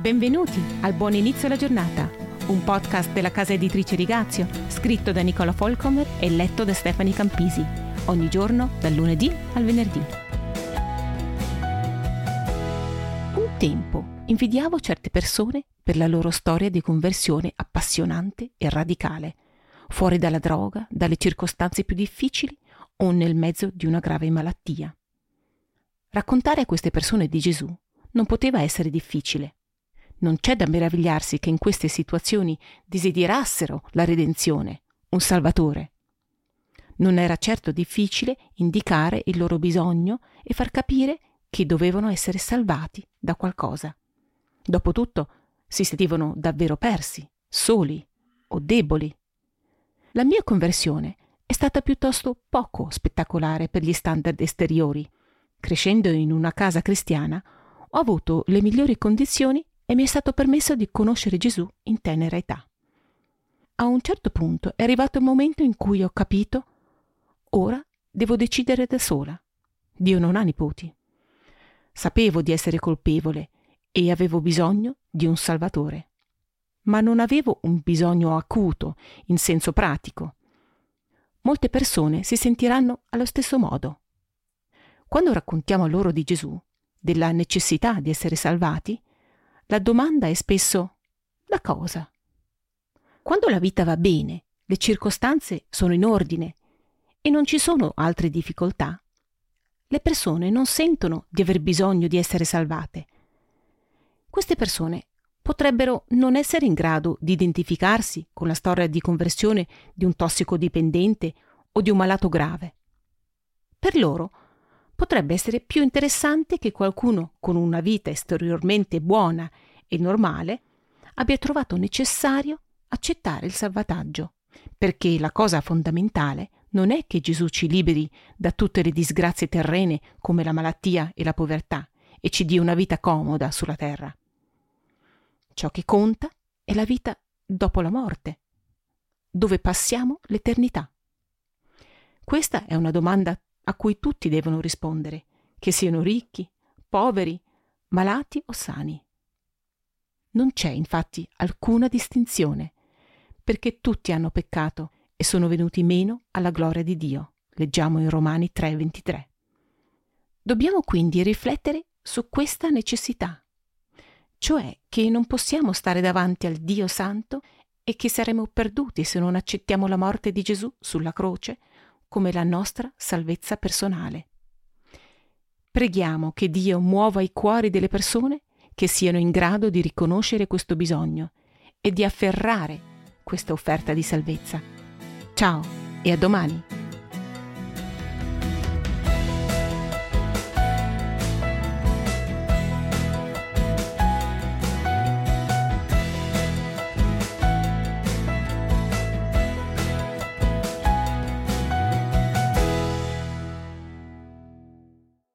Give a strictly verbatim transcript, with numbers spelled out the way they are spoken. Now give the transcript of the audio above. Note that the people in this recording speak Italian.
Benvenuti al Buon Inizio alla Giornata, un podcast della casa editrice Rigazio, scritto da Nicola Folcomer e letto da Stefani Campisi, ogni giorno dal lunedì al venerdì. Un tempo invidiavo certe persone per la loro storia di conversione appassionante e radicale, fuori dalla droga, dalle circostanze più difficili o nel mezzo di una grave malattia. Raccontare a queste persone di Gesù non poteva essere difficile. Non c'è da meravigliarsi che in queste situazioni desiderassero la redenzione, un Salvatore. Non era certo difficile indicare il loro bisogno e far capire che dovevano essere salvati da qualcosa. Dopotutto si sentivano davvero persi, soli o deboli. La mia conversione è stata piuttosto poco spettacolare per gli standard esteriori. Crescendo in una casa cristiana, ho avuto le migliori condizioni e mi è stato permesso di conoscere Gesù in tenera età. A un certo punto è arrivato il momento in cui ho capito: ora devo decidere da sola. Dio non ha nipoti. Sapevo di essere colpevole e avevo bisogno di un Salvatore. Ma non avevo un bisogno acuto, in senso pratico. Molte persone si sentiranno allo stesso modo. Quando raccontiamo loro di Gesù, della necessità di essere salvati, la domanda è spesso: da cosa? Quando la vita va bene, le circostanze sono in ordine e non ci sono altre difficoltà, le persone non sentono di aver bisogno di essere salvate. Queste persone potrebbero non essere in grado di identificarsi con la storia di conversione di un tossicodipendente o di un malato grave. Per loro potrebbe essere più interessante che qualcuno con una vita esteriormente buona e normale abbia trovato necessario accettare il salvataggio, perché la cosa fondamentale non è che Gesù ci liberi da tutte le disgrazie terrene come la malattia e la povertà e ci dia una vita comoda sulla terra. Ciò che conta è la vita dopo la morte, dove passiamo l'eternità. Questa è una domanda a cui tutti devono rispondere, che siano ricchi, poveri, malati o sani. Non c'è infatti alcuna distinzione, perché tutti hanno peccato e sono venuti meno alla gloria di Dio. Leggiamo in Romani tre ventitré. Dobbiamo quindi riflettere su questa necessità, cioè che non possiamo stare davanti al Dio Santo e che saremo perduti se non accettiamo la morte di Gesù sulla croce come la nostra salvezza personale. Preghiamo che Dio muova i cuori delle persone che siano in grado di riconoscere questo bisogno e di afferrare questa offerta di salvezza. Ciao e a domani!